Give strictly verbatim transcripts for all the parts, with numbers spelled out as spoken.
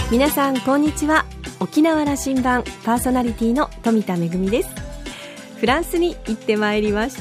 皆さんこんにちは。沖縄羅針盤パーソナリティの富田恵です。フランスに行ってまいりました。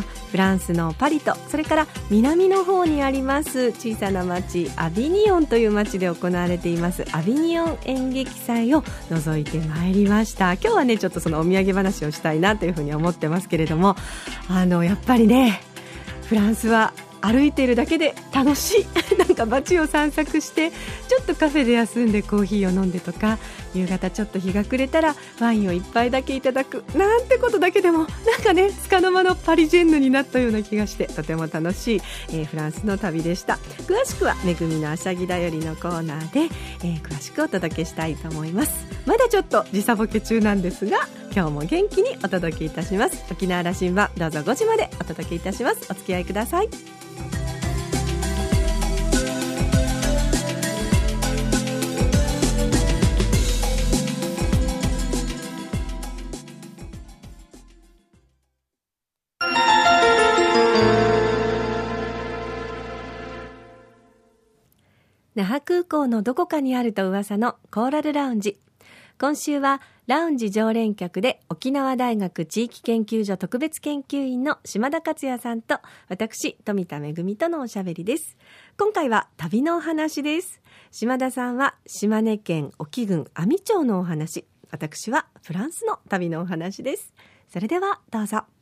フランスのパリと、それから南の方にあります小さな町アビニオンという町で行われていますアビニオン演劇祭を覗いてまいりました。今日はねちょっとそのお土産話をしたいなというふうに思ってますけれども、あのやっぱりねフランスは歩いているだけで楽しいなんか街を散策してちょっとカフェで休んでコーヒーを飲んでとか、夕方ちょっと日が暮れたらワインを一杯だけいただくなんてことだけでもなんかねつかの間のパリジェンヌになったような気がしてとても楽しい、えー、フランスの旅でした。詳しくはめぐみのあしゃぎだよりのコーナーで、えー、詳しくお届けしたいと思います。まだちょっと時差ボケ中なんですが今日も元気にお届けいたします。沖縄羅針盤どうぞごじまでお届けいたします。お付き合いください。那覇空港のどこかにあると噂のコーラルラウンジ。今週はラウンジ常連客で沖縄大学地域研究所特別研究員の島田克也さんと私富田恵とのおしゃべりです。今回は旅のお話です。島田さんは島根県隠岐郡阿見町のお話、私はフランスの旅のお話です。それではどうぞ。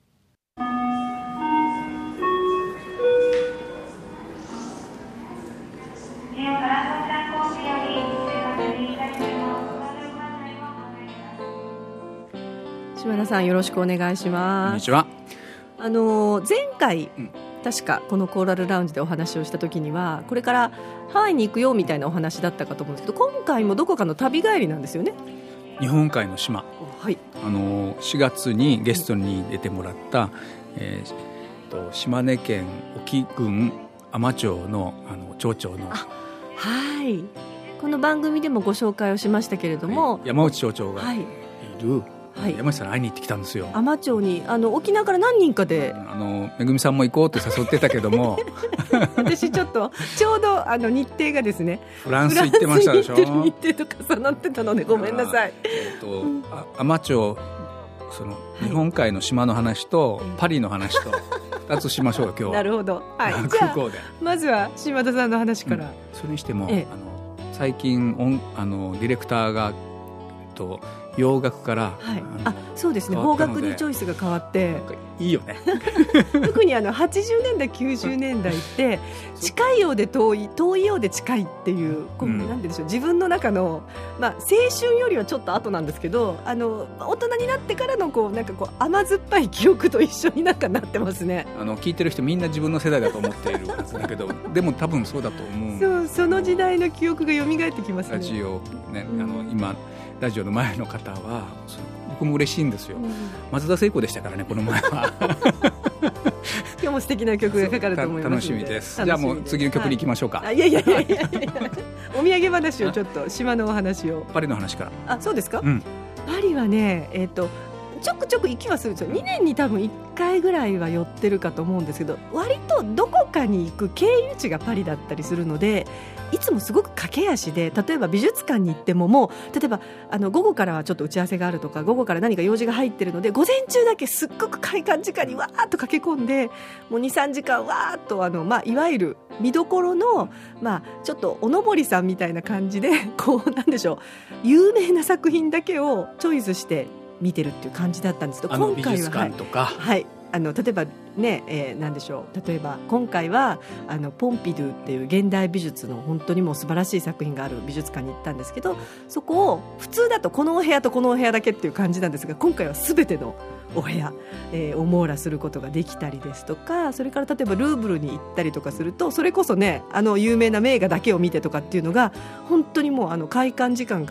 島田さんよろしくお願いします。 こんにちは。 あの前回、 うん、 確かこのコーラルラウンジでお話をした時にはこれからハワイに行くよみたいなお話だったかと思うんですけど、今回もどこかの旅帰りなんですよね。 日本海の島、 はい、 あのしがつにゲストに出てもらった、はい、えー、と島根県隠岐郡海士町 の, あの町長の、 はい、この番組でもご紹介をしましたけれども、 はい、山内町長がいる、はい、山内さんに会いに行ってきたんですよ。 海士町にあの沖縄から何人かで、 あのめぐみさんも行こうって誘ってたけども私ちょっとちょうどあの日程がですねフランス行ってましたでしょ。 フランスに行ってる日程と重なってたのでごめんなさい。 えーとうん、海士町その日本海の島の話と、はい、パリの話とふたつしましょうよ今日は。なるほど、はい、 空港でまずは島田さんの話から、うん、 それにしても、 ええ、 あの最近音あのディレクターがと洋楽から、 はい、あそうですね、邦楽にチョイスが変わっていいよね特にあのはちじゅうねんだいきゅうじゅうねんだいって近いようで遠い遠いようで近いっていう、こう、うん、なんて言うんでしょう、自分の中の、まあ、青春よりはちょっと後なんですけど、あの大人になってからのこうなんかこう甘酸っぱい記憶と一緒になんかなってますね。 あの聞いてる人みんな自分の世代だと思っているはずだけどでも多分そうだと思う。 そう、その時代の記憶が蘇ってきますね。 ラジオ、ね、うん、あの今ラジオの前の方は僕も嬉しいんですよ、うん、松田聖子でしたからねこの前は今日も素敵な曲がかかると思いますので楽しみです。じゃあもう次の曲に行きましょうか、 はい、いやいやいやいやお土産話をちょっと島のお話を。 パリの話から。 あ、そうですか、 うん、 パリはね、えーとちょくちょく行きはするんですよ。にねんに多分いっかいぐらいは寄ってるかと思うんですけど、割とどこかに行く経由地がパリだったりするので、いつもすごく駆け足で、例えば美術館に行ってももう例えばあの午後からはちょっと打ち合わせがあるとか、午後から何か用事が入ってるので午前中だけすっごく開館時間にわーっと駆け込んで、もう にさんじかんわーっとあの、まあ、いわゆる見どころの、まあ、ちょっとおのぼりさんみたいな感じでこうなんでしょう、有名な作品だけをチョイスして見てるっていう感じだったんですけど、 あの美術館とか、 はいはい、あの例えばね、えー、なんでしょう、例えば今回はあのポンピドゥっていう現代美術の本当にもう素晴らしい作品がある美術館に行ったんですけど、そこを普通だとこのお部屋とこのお部屋だけっていう感じなんですが、今回は全てのお部屋、えー、を網羅することができたりですとか、それから例えばルーブルに行ったりとかすると、それこそね、あの有名な名画だけを見てとかっていうのが本当にもうあの開館時間から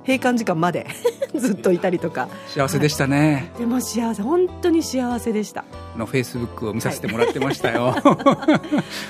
閉館時間までずっといたりとか幸せでしたね、 はい、でも幸せ、本当に幸せでした。 あのフェイスブックを見させてもらってましたよ、はい、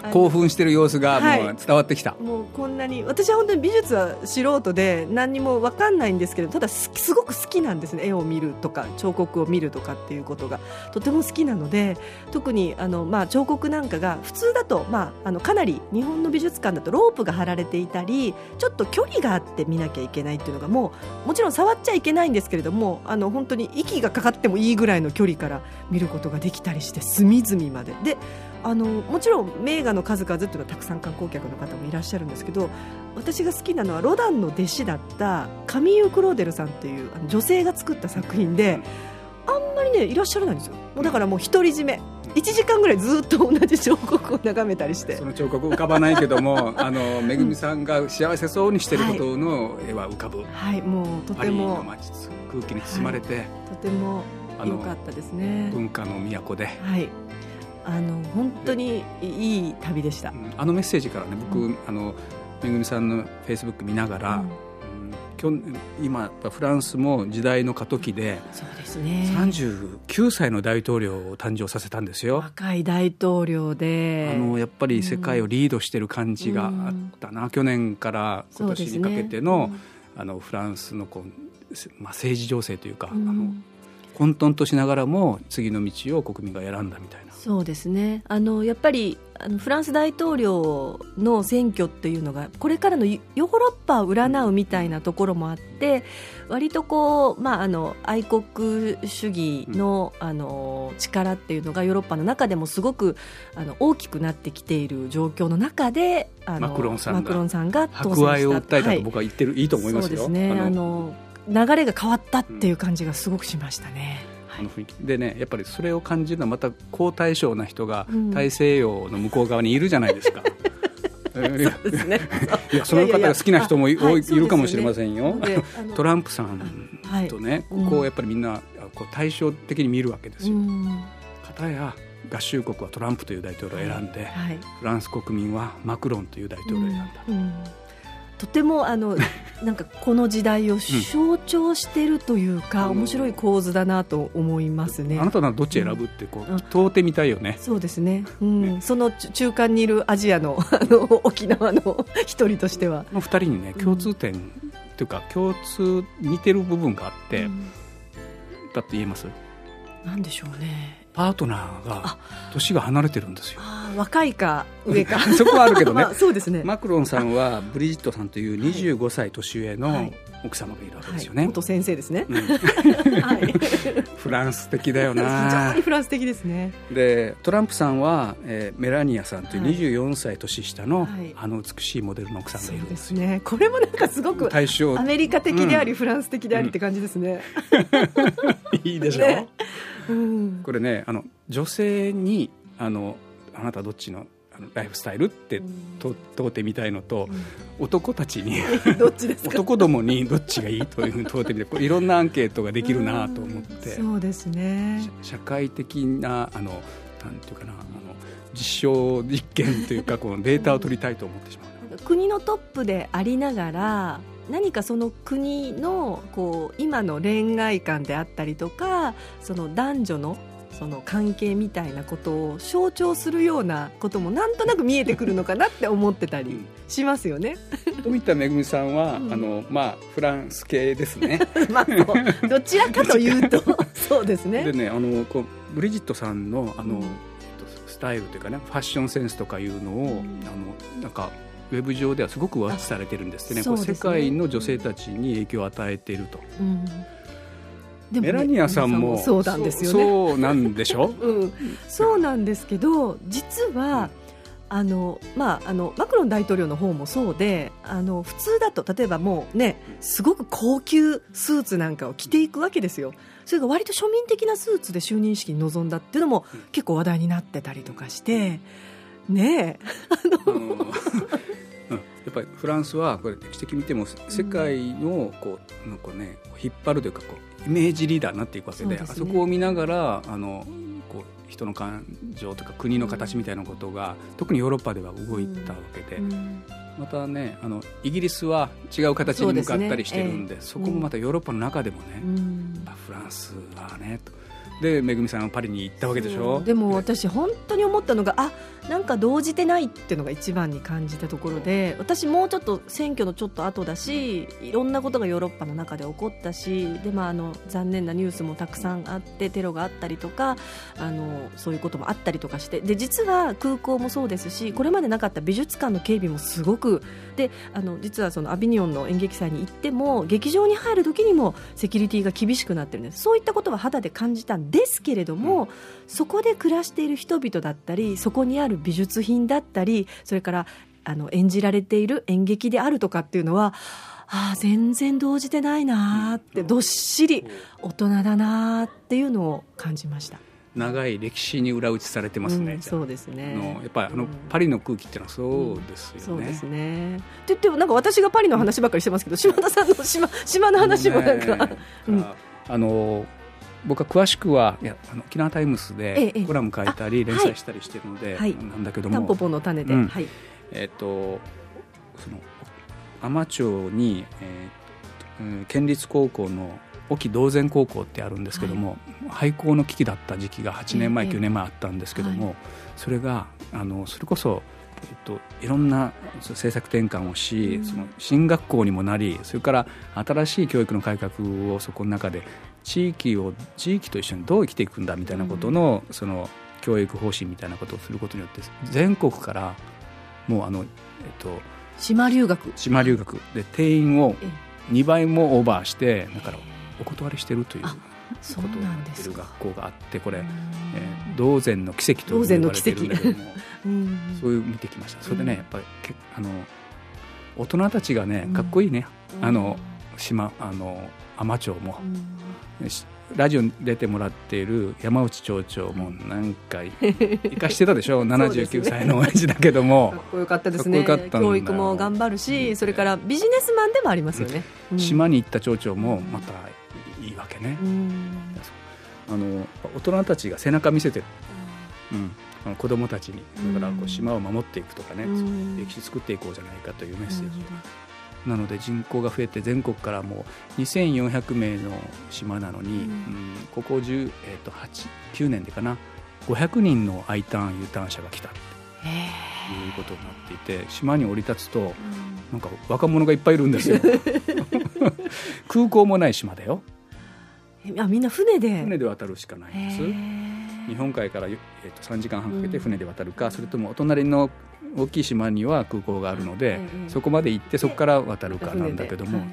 興奮してる様子がもう伝わってきた、はい、 もうこんなに私は本当に美術は素人で何にも分かんないんですけど、ただすごく好きなんですね。絵を見るとか彫刻を見るとかっていうことがとても好きなので、特にあの、まあ、彫刻なんかが普通だと、まあ、あのかなり日本の美術館だとロープが張られていたりちょっと距離があって見なきゃいけないっていうのがもうもちろん触っちゃいけないんですけれども、あの本当に息がかかってもいいぐらいの距離から見ることができたりして、隅々までで、あのもちろん名画の数々っていうのはたくさん観光客の方もいらっしゃるんですけど、私が好きなのはロダンの弟子だったカミーユ・クローデルさんっていうあの女性が作った作品で、あんまりねいらっしゃらないんですよ。もうだからもう独り占めいちじかんぐらいずっと同じ彫刻を眺めたりして、 その彫刻浮かばないけどもあのめぐみさんが幸せそうにしていることの絵は浮かぶ、はい、 はい、もうとてもパリの街空気に包まれて、はい、 とても良かったですね。 文化の都で、 はい、あの本当にいい旅でした。 あのメッセージからね、僕、うん、あのめぐみさんのフェイスブック見ながら、うん今フランスも時代の過渡期で、 そうですね、 さんじゅうきゅうさいの大統領を誕生させたんですよ。 若い大統領で、 あのやっぱり世界をリードしてる感じがあったな、うん、去年から今年にかけて の,、ねうん、あのフランスのこう、まあ、政治情勢というか、うん、あの混沌としながらも次の道を国民が選んだみたいな。 そうですね、あのやっぱりあのフランス大統領の選挙っていうのがこれからのヨーロッパを占うみたいなところもあって、割とこう、まあ、あの愛国主義 の,、うん、あの力っていうのがヨーロッパの中でもすごくあの大きくなってきている状況の中で、あのマクロンさんが、 マクロンさんが当選した博愛を訴えたと僕は言ってる、はい、いいと思いますよ。 そうですね、あの流れが変わったっていう感じがすごくしましたね。 あの雰囲気でね、やっぱりそれを感じるのはまた好対象な人が大西洋の向こう側にいるじゃないですか、うん、いやそうですねいやその方が好きな人も い, い, やいやいるかもしれませんよ。トランプさんとね、はい、こうやっぱりみんなこう対照的に見るわけですよ。片や合衆国はトランプという大統領を選んで、はい、フランス国民はマクロンという大統領を選んだ、 うんうん、とてもあのなんかこの時代を象徴しているというか、うん、面白い構図だなと思いますね。 あなたならどっち選ぶってこう、うん、問うてみたいよね。 そうですね、うん、ね、その中間にいるアジア の, あの沖縄の一人としてはこのふたりにね共通点、うん、というか共通似てる部分があって、うん、だって言えます？ なんでしょうね。 パートナーが年が離れてるんですよ。 あ、若いか上かそこはあるけどね、 まあ、そうですね。 マクロンさんはブリジットさんというにじゅうごさい年上の奥様がいるわけですよね、はいはい、 元先生ですね、うんはい、フランス的だよな。 非常にフランス的ですね。 でトランプさんは、えー、メラニアさんというにじゅうよんさい年下の、はい、あの美しいモデルの奥さんがいるんですよ。 そうですね、これもなんかすごくアメリカ的であり、うん、フランス的でありって感じですね、 うん、いいでしょ、ね、 うん、 これね、あの女性にあのあなたどっちのあのライフスタイルって問うてみたいのと、うん、男たちにどっちですか男どもにどっちがいいというふうに問うてみて、これいろんなアンケートができるなと思って、 そうですね、 社会的なあのなんていうかな、あの実証実験というかこのデータを取りたいと思ってしまう。 国のトップでありながら何かその国のこう今の恋愛観であったりとか、その男女のその関係みたいなことを象徴するようなこともなんとなく見えてくるのかなって思ってたりしますよね。 富田恵さんは、うん、あのまあ、フランス系ですね、 まあ、そうどちらかというとそうですね。 でね、あのこうブリジットさんの、あの、うん、スタイルというかね、ファッションセンスとかいうのを、うん、あのなんかウェブ上ではすごくワッチされてるんですって ね, こう世界の女性たちに影響を与えていると、うん、でもね、メラニアさんもそうなんですよね。 そうなんでしょ、 うん、そうなんですけど、実は、うん、あのまあ、あのマクロン大統領の方もそうで、あの普通だと例えばもうね、すごく高級スーツなんかを着ていくわけですよ。それが割と庶民的なスーツで就任式に臨んだっていうのも結構話題になってたりとかしてねえ、あの、うんうん、やっぱりフランスはこれ歴史的に見ても世界のこうなんか、ね、引っ張るというかこうイメージリーダーになっていくわけ で, で、ね、あそこを見ながらあのこう人の感情とか国の形みたいなことが、うん、特にヨーロッパでは動いたわけで、うん、またねあのイギリスは違う形に向かったりしてるん で, そ, で、ねえー、そこもまたヨーロッパの中でもね、うん、フランスはねとでめぐみさんはパリに行ったわけでしょ。 でも私本当に思ったのがあなんか動じてないっていうのが一番に感じたところで、私もうちょっと選挙のちょっと後だしいろんなことがヨーロッパの中で起こったしで、まあ、あの残念なニュースもたくさんあってテロがあったりとかあのそういうこともあったりとかしてで実は空港もそうですしこれまでなかった美術館の警備もすごくであの実はそのアビニオンの演劇祭に行っても劇場に入る時にもセキュリティが厳しくなってるんです。そういったことは肌で感じたんですけれども、うん、そこで暮らしている人々だったりそこにある美術品だったりそれからあの演じられている演劇であるとかっていうのはあ全然動じてないなって、うん、どっしり大人だなっていうのを感じました。 長い歴史に裏打ちされてますね、 うん、そうですね。 のやっぱりあの、うん、パリの空気っていうのはそうですよね、うん、 そうですね。って言ってもなんか私がパリの話ばっかりしてますけど島田さんの 島, 島の話もなんか、ねうん、 あの僕は詳しくはいやあの沖縄タイムスでコラム書いたり、ええ、連載したりしてるので、はい、なんだけどもタンポポの種で、うんはいえー、とその海士町に、えー、県立高校の沖道前高校ってあるんですけども、はい、廃校の危機だった時期がはちねんまえ、えー、きゅうねんまえあったんですけども、はい、それがあのそれこそ、えー、といろんな政策転換をし、うん、その進学校にもなりそれから新しい教育の改革をそこの中で地域を地域と一緒にどう生きていくんだみたいなことの、うん、その教育方針みたいなことをすることによって全国からもうあの、えっと、 島留学島留学で定員をにばいもオーバーしてだからお断りしてるということをやってる学校があってこれ、えー、道前の奇跡と呼ばれてるんだけどもそういう見てきました。それでねやっぱりあの大人たちがねかっこいいね、うん、あの島あの海士町も、うん、ラジオに出てもらっている山内町長も何回生かしてたでしょななじゅうきゅうさいの親父だけどもかっこよかったですね。教育も頑張るしそれからビジネスマンでもありますよね、 うん、島に行った町長もまたいいわけね、うん、あの大人たちが背中見せてる、うん、あの子供たちにだからこう島を守っていくとかね、うん、歴史作っていこうじゃないかというメッセージを、うん、なので人口が増えて全国からもうにせんよんひゃくめいの島なのに、うんうん、ここじゅう、えー、とはち、きゅうねんでかなごひゃくにんの I ターン U ターン者が来たっていうことになっていて島に降り立つと、うん、なんか若者がいっぱいいるんですよ空港もない島だよ。 あみんな船で船で渡るしかないんです。日本海から、えー、とさんじかんはんかけて船で渡るか、うん、それともお隣の大きい島には空港があるので、うん、そこまで行ってそこから渡るかなんだけども、はい、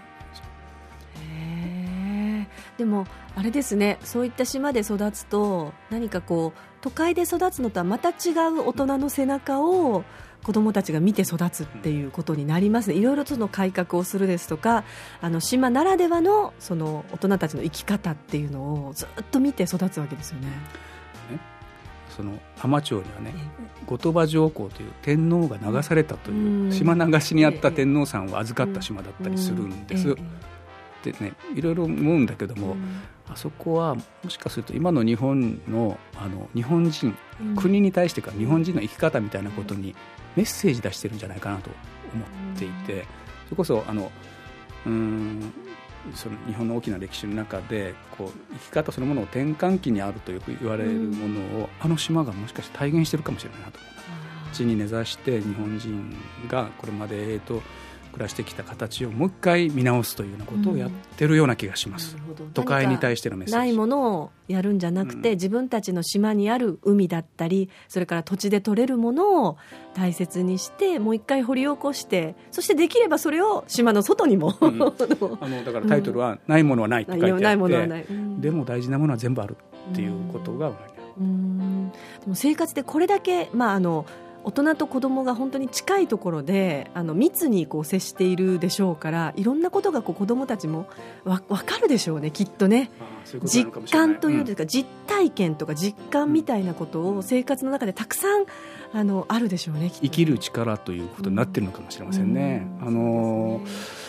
へでもあれですねそういった島で育つと何かこう都会で育つのとはまた違う大人の背中を子どもたちが見て育つっていうことになりますね。いろいろとの改革をするですとかあの島ならでは の, その大人たちの生き方っていうのをずっと見て育つわけですよね。 その海士町にはね後鳥羽上皇という天皇が流されたという、島流しにあった天皇さんを預かった島だったりするんです。でね、いろいろ思うんだけども、あそこはもしかすると今の日本 の, あの日本人、国に対してか日本人の生き方みたいなことにメッセージ出してるんじゃないかなと思っていて、それこそあのうーんその日本の大きな歴史の中でこう生き方そのものを転換期にあるとよく言われるものを、うん、あの島がもしかして体現してるかもしれないなと思う。地に根ざして日本人がこれまで、えー、と暮らしてきた形をもう一回見直すというようなことをやってるような気がします、うん、都会に対してのメッセージないものをやるんじゃなくて、うん、自分たちの島にある海だったりそれから土地で取れるものを大切にしてもう一回掘り起こしてそしてできればそれを島の外にも、うん、あのだからタイトルは、うん、ないものはないって書いてあってないものはない、うん、でも大事なものは全部あるっていうことが、 うん、でも生活でこれだけ、まあ、あの大人と子供が本当に近いところであの密にこう接しているでしょうからいろんなことがこう子供たちもわ分かるでしょうねきっとね。 うう実感というか、うん、実体験とか実感みたいなことを生活の中でたくさんあのあるでしょうね。きっとね生きる力ということになっているのかもしれませんね、うん、あの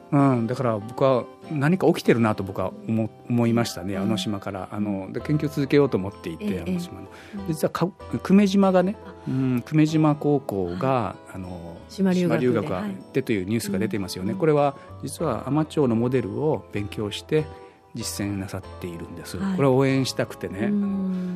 うん、だから僕は何か起きてるなと僕は 思, 思いましたね、あの島から。あので研究続けようと思っていて、ええ、あの島の実はか久米島がね、うん、久米島高校が、はい、あの島留学 で, 学でというニュースが出ていますよね、はい、これは実は海士町のモデルを勉強して実践なさっているんです、はい、これを応援したくてね、うん、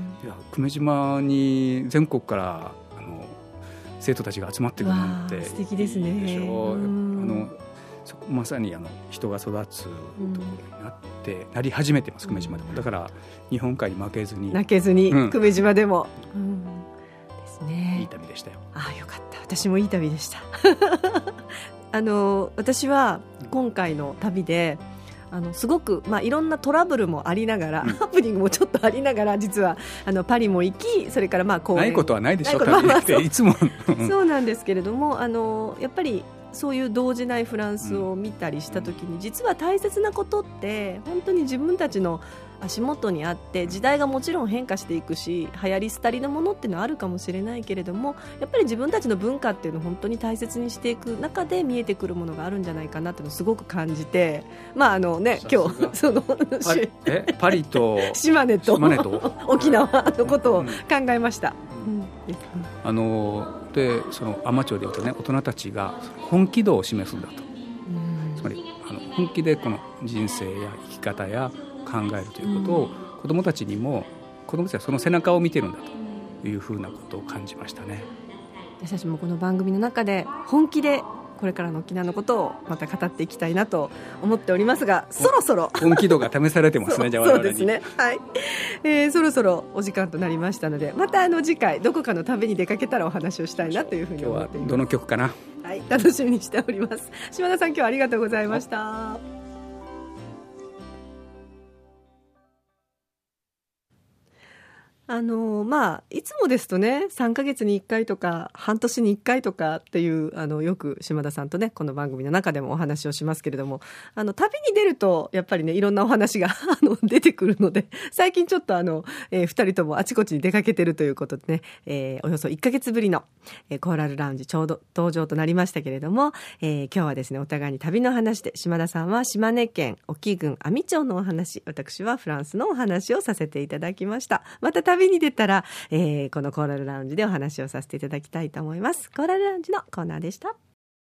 いや久米島に全国からあの生徒たちが集まってくるなんて素敵ですね。いいでしょう。 あのまさにあの人が育つところになって、うん、なり始めてます久米島でも。だから日本海に負けずに負けずに、うん、久米島でも、うん、ですね。 いい旅でしたよ。 ああよかった、私もいい旅でしたあの私は今回の旅であのすごく、まあ、いろんなトラブルもありながら、うん、ハプニングもちょっとありながら実はあのパリも行き、それからまあ公園ないことはないでしょう、旅っていつもそうなんですけれども、あのやっぱりそういう動じないフランスを見たりしたときに、実は大切なことって本当に自分たちの足元にあって、時代がもちろん変化していくし流行り廃りのものっていうのはあるかもしれないけれども、やっぱり自分たちの文化っていうのを本当に大切にしていく中で見えてくるものがあるんじゃないかなっていうのをすごく感じて、まああのね今日そのパリ, えパリと島根 と, 島根と沖縄のことを考えました、うんうん、 あのでその海士町でいうとね、大人たちが本気度を示すんだと、うん、つまりあの本気でこの人生や生き方や考えるということを、うん、子どもたちにも子どもたちはその背中を見てるんだというふうなことを感じましたね。 私たちもこの番組の中で本気でこれからの沖縄のことをまた語っていきたいなと思っておりますが、そろそろ本気度が試されてますね。じゃあ我々にそうですね、はいえー、そろそろお時間となりましたので、またあの次回どこかの旅に出かけたらお話をしたいなというふうに思っています。 今日はどの曲かな、 はい、楽しみにしております。島田さん、今日はありがとうございました。あのまあ、いつもですとねさんかげつにいっかいとか半年にいっかいとかっていうあのよく島田さんとねこの番組の中でもお話をしますけれども、あの旅に出るとやっぱりねいろんなお話があの出てくるので、最近ちょっとあの、えー、ふたりともあちこちに出かけてるということでね、えー、およそいっかげつぶりの、えー、コーラルラウンジちょうど登場となりましたけれども、えー、今日はですねお互いに旅の話で、島田さんは島根県隠岐郡阿見町のお話、私はフランスのお話をさせていただきました。また旅に出たら、えー、このコーラルラウンジでお話をさせていただきたいと思います。コーラルラウンジのコーナーでした。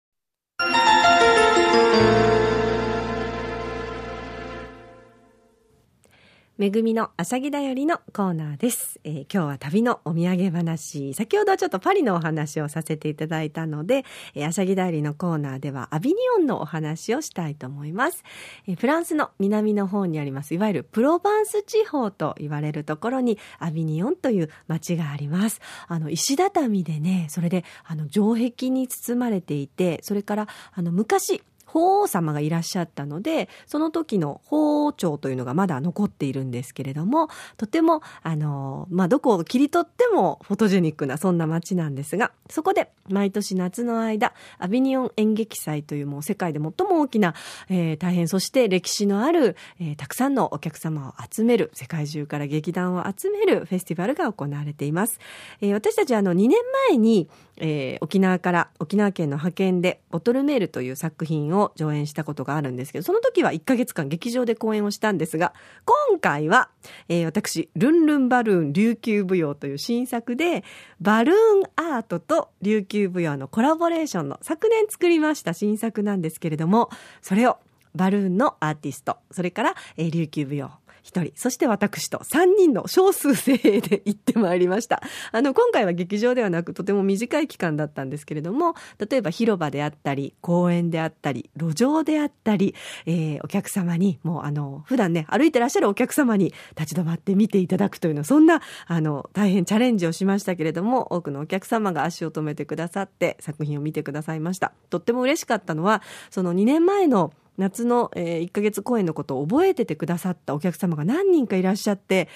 めぐみのあしゃぎだよりのコーナーです、えー、今日は旅のお土産話、先ほどちょっとパリのお話をさせていただいたので、えー、あしゃぎだよりのコーナーではアビニオンのお話をしたいと思います、えー、フランスの南の方にあります、いわゆるプロバンス地方と言われるところにアビニオンという町があります。あの石畳でね、それであの城壁に包まれていて、それからあの昔法皇様がいらっしゃったので、その時の法王朝というのがまだ残っているんですけれども、とてもあの、まあ、どこを切り取ってもフォトジェニックなそんな街なんですが、そこで毎年夏の間アビニオン演劇祭というもう世界で最も大きな、えー、大変そして歴史のある、えー、たくさんのお客様を集める、世界中から劇団を集めるフェスティバルが行われています。えー、私たちはあのにねんまえに、えー、沖縄から沖縄県の派遣でボトルメールという作品を上演したことがあるんですけど、その時はいっかげつかん劇場で公演をしたんですが、今回は、えー、私ルンルンバルーン琉球舞踊という新作で、バルーンアートと琉球舞踊のコラボレーションの昨年作りました新作なんですけれども、それをバルーンのアーティスト、それから、えー、琉球舞踊一人、そして私とさんにんの少数精鋭で行ってまいりました。あの今回は劇場ではなくとても短い期間だったんですけれども、例えば広場であったり公園であったり路上であったり、えー、お客様にもうあの普段ね歩いてらっしゃるお客様に立ち止まって見ていただくというの、そんなあの大変チャレンジをしましたけれども、多くのお客様が足を止めてくださって作品を見てくださいました。とっても嬉しかったのは、そのにねんまえの夏の、えー、いっかげつ公演のことを覚えててくださったお客様が何人かいらっしゃって、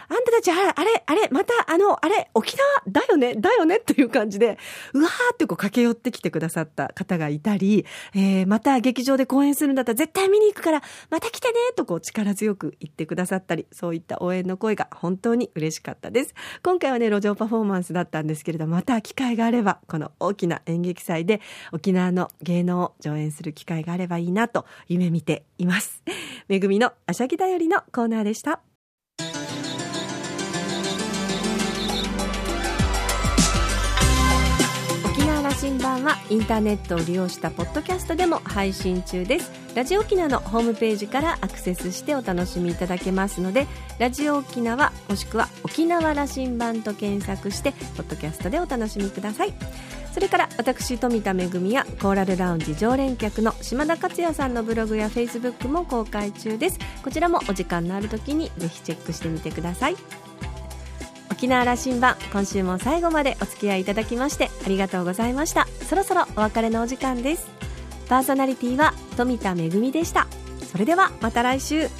あんたたちあれあれあれまたあのあれ沖縄だよねだよねという感じでうわーってこう駆け寄ってきてくださった方がいたり、えー、また劇場で公演するんだったら絶対見に行くからまた来てねとこう力強く言ってくださったり、そういった応援の声が本当に嬉しかったです。今回はね路上パフォーマンスだったんですけれど、また機会があればこの大きな演劇祭で沖縄の芸能を上演する機会があればいいなと夢見ています。めぐみのあしゃぎだよりのコーナーでした。沖縄羅針盤はインターネットを利用したポッドキャストでも配信中です。ラジオ沖縄のホームページからアクセスしてお楽しみいただけますので、ラジオ沖縄もしくは沖縄羅針盤と検索してポッドキャストでお楽しみください。それから私富田恵やコーラルラウンジ常連客の島田克也さんのブログやフェイスブックも公開中です。こちらもお時間のある時にぜひチェックしてみてください。沖縄羅針盤、今週も最後までお付き合いいただきましてありがとうございました。そろそろお別れのお時間です。パーソナリティは富田恵でした。それではまた来週。